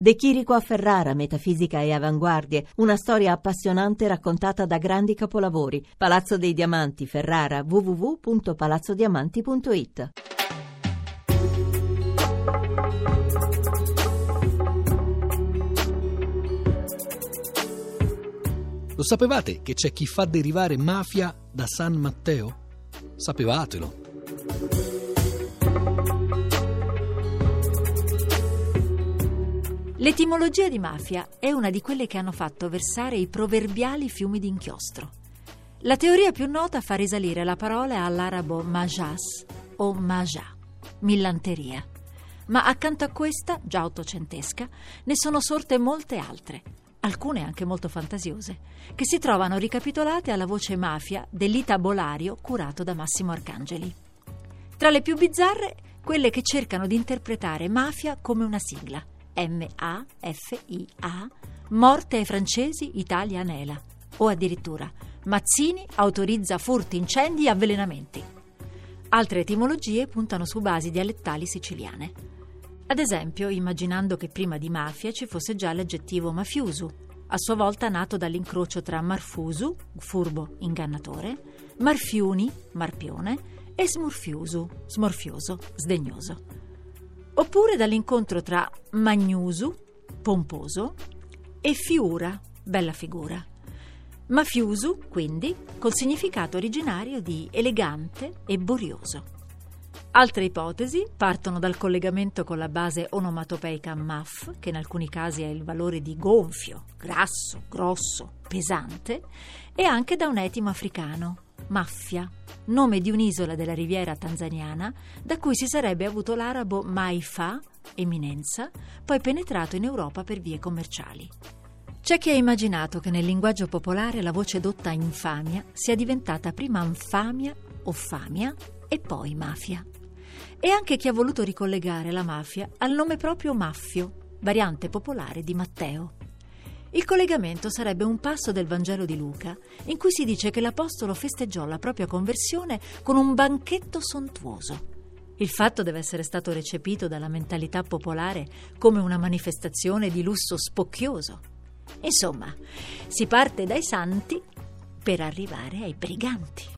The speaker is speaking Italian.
De Chirico a Ferrara, metafisica e avanguardie, una storia appassionante raccontata da grandi capolavori. Palazzo dei Diamanti, Ferrara, www.palazzodiamanti.it. Lo sapevate che c'è chi fa derivare mafia da San Matteo? Sapevatelo. L'etimologia di mafia è una di quelle che hanno fatto versare i proverbiali fiumi di inchiostro. La teoria più nota fa risalire la parola all'arabo majas o majah, millanteria. Ma accanto a questa, già ottocentesca, ne sono sorte molte altre, alcune anche molto fantasiose, che si trovano ricapitolate alla voce mafia dell'itabolario curato da Massimo Arcangeli. Tra le più bizzarre, quelle che cercano di interpretare mafia come una sigla. M-A-F-I-A, morte ai francesi, Italia anela. O addirittura, Mazzini autorizza furti, incendi e avvelenamenti. Altre etimologie puntano su basi dialettali siciliane. Ad esempio, immaginando che prima di mafia ci fosse già l'aggettivo mafiusu, a sua volta nato dall'incrocio tra marfusu, furbo, ingannatore, marfiuni, marpione, e smorfiusu, smorfioso, sdegnoso. Oppure dall'incontro tra magnusu, pomposo, e fiura, bella figura. Mafiusu, quindi, col significato originario di elegante e borioso. Altre ipotesi partono dal collegamento con la base onomatopeica maf, che in alcuni casi ha il valore di gonfio, grasso, grosso, pesante, e anche da un etimo africano, Maffia, nome di un'isola della riviera tanzaniana da cui si sarebbe avuto l'arabo Maifa, eminenza, poi penetrato in Europa per vie commerciali. C'è chi ha immaginato che nel linguaggio popolare la voce dotta infamia sia diventata prima infamia o famia e poi mafia. E anche chi ha voluto ricollegare la mafia al nome proprio Maffio, variante popolare di Matteo. Il collegamento sarebbe un passo del Vangelo di Luca, in cui si dice che l'Apostolo festeggiò la propria conversione con un banchetto sontuoso. Il fatto deve essere stato recepito dalla mentalità popolare come una manifestazione di lusso spocchioso. Insomma, si parte dai santi per arrivare ai briganti.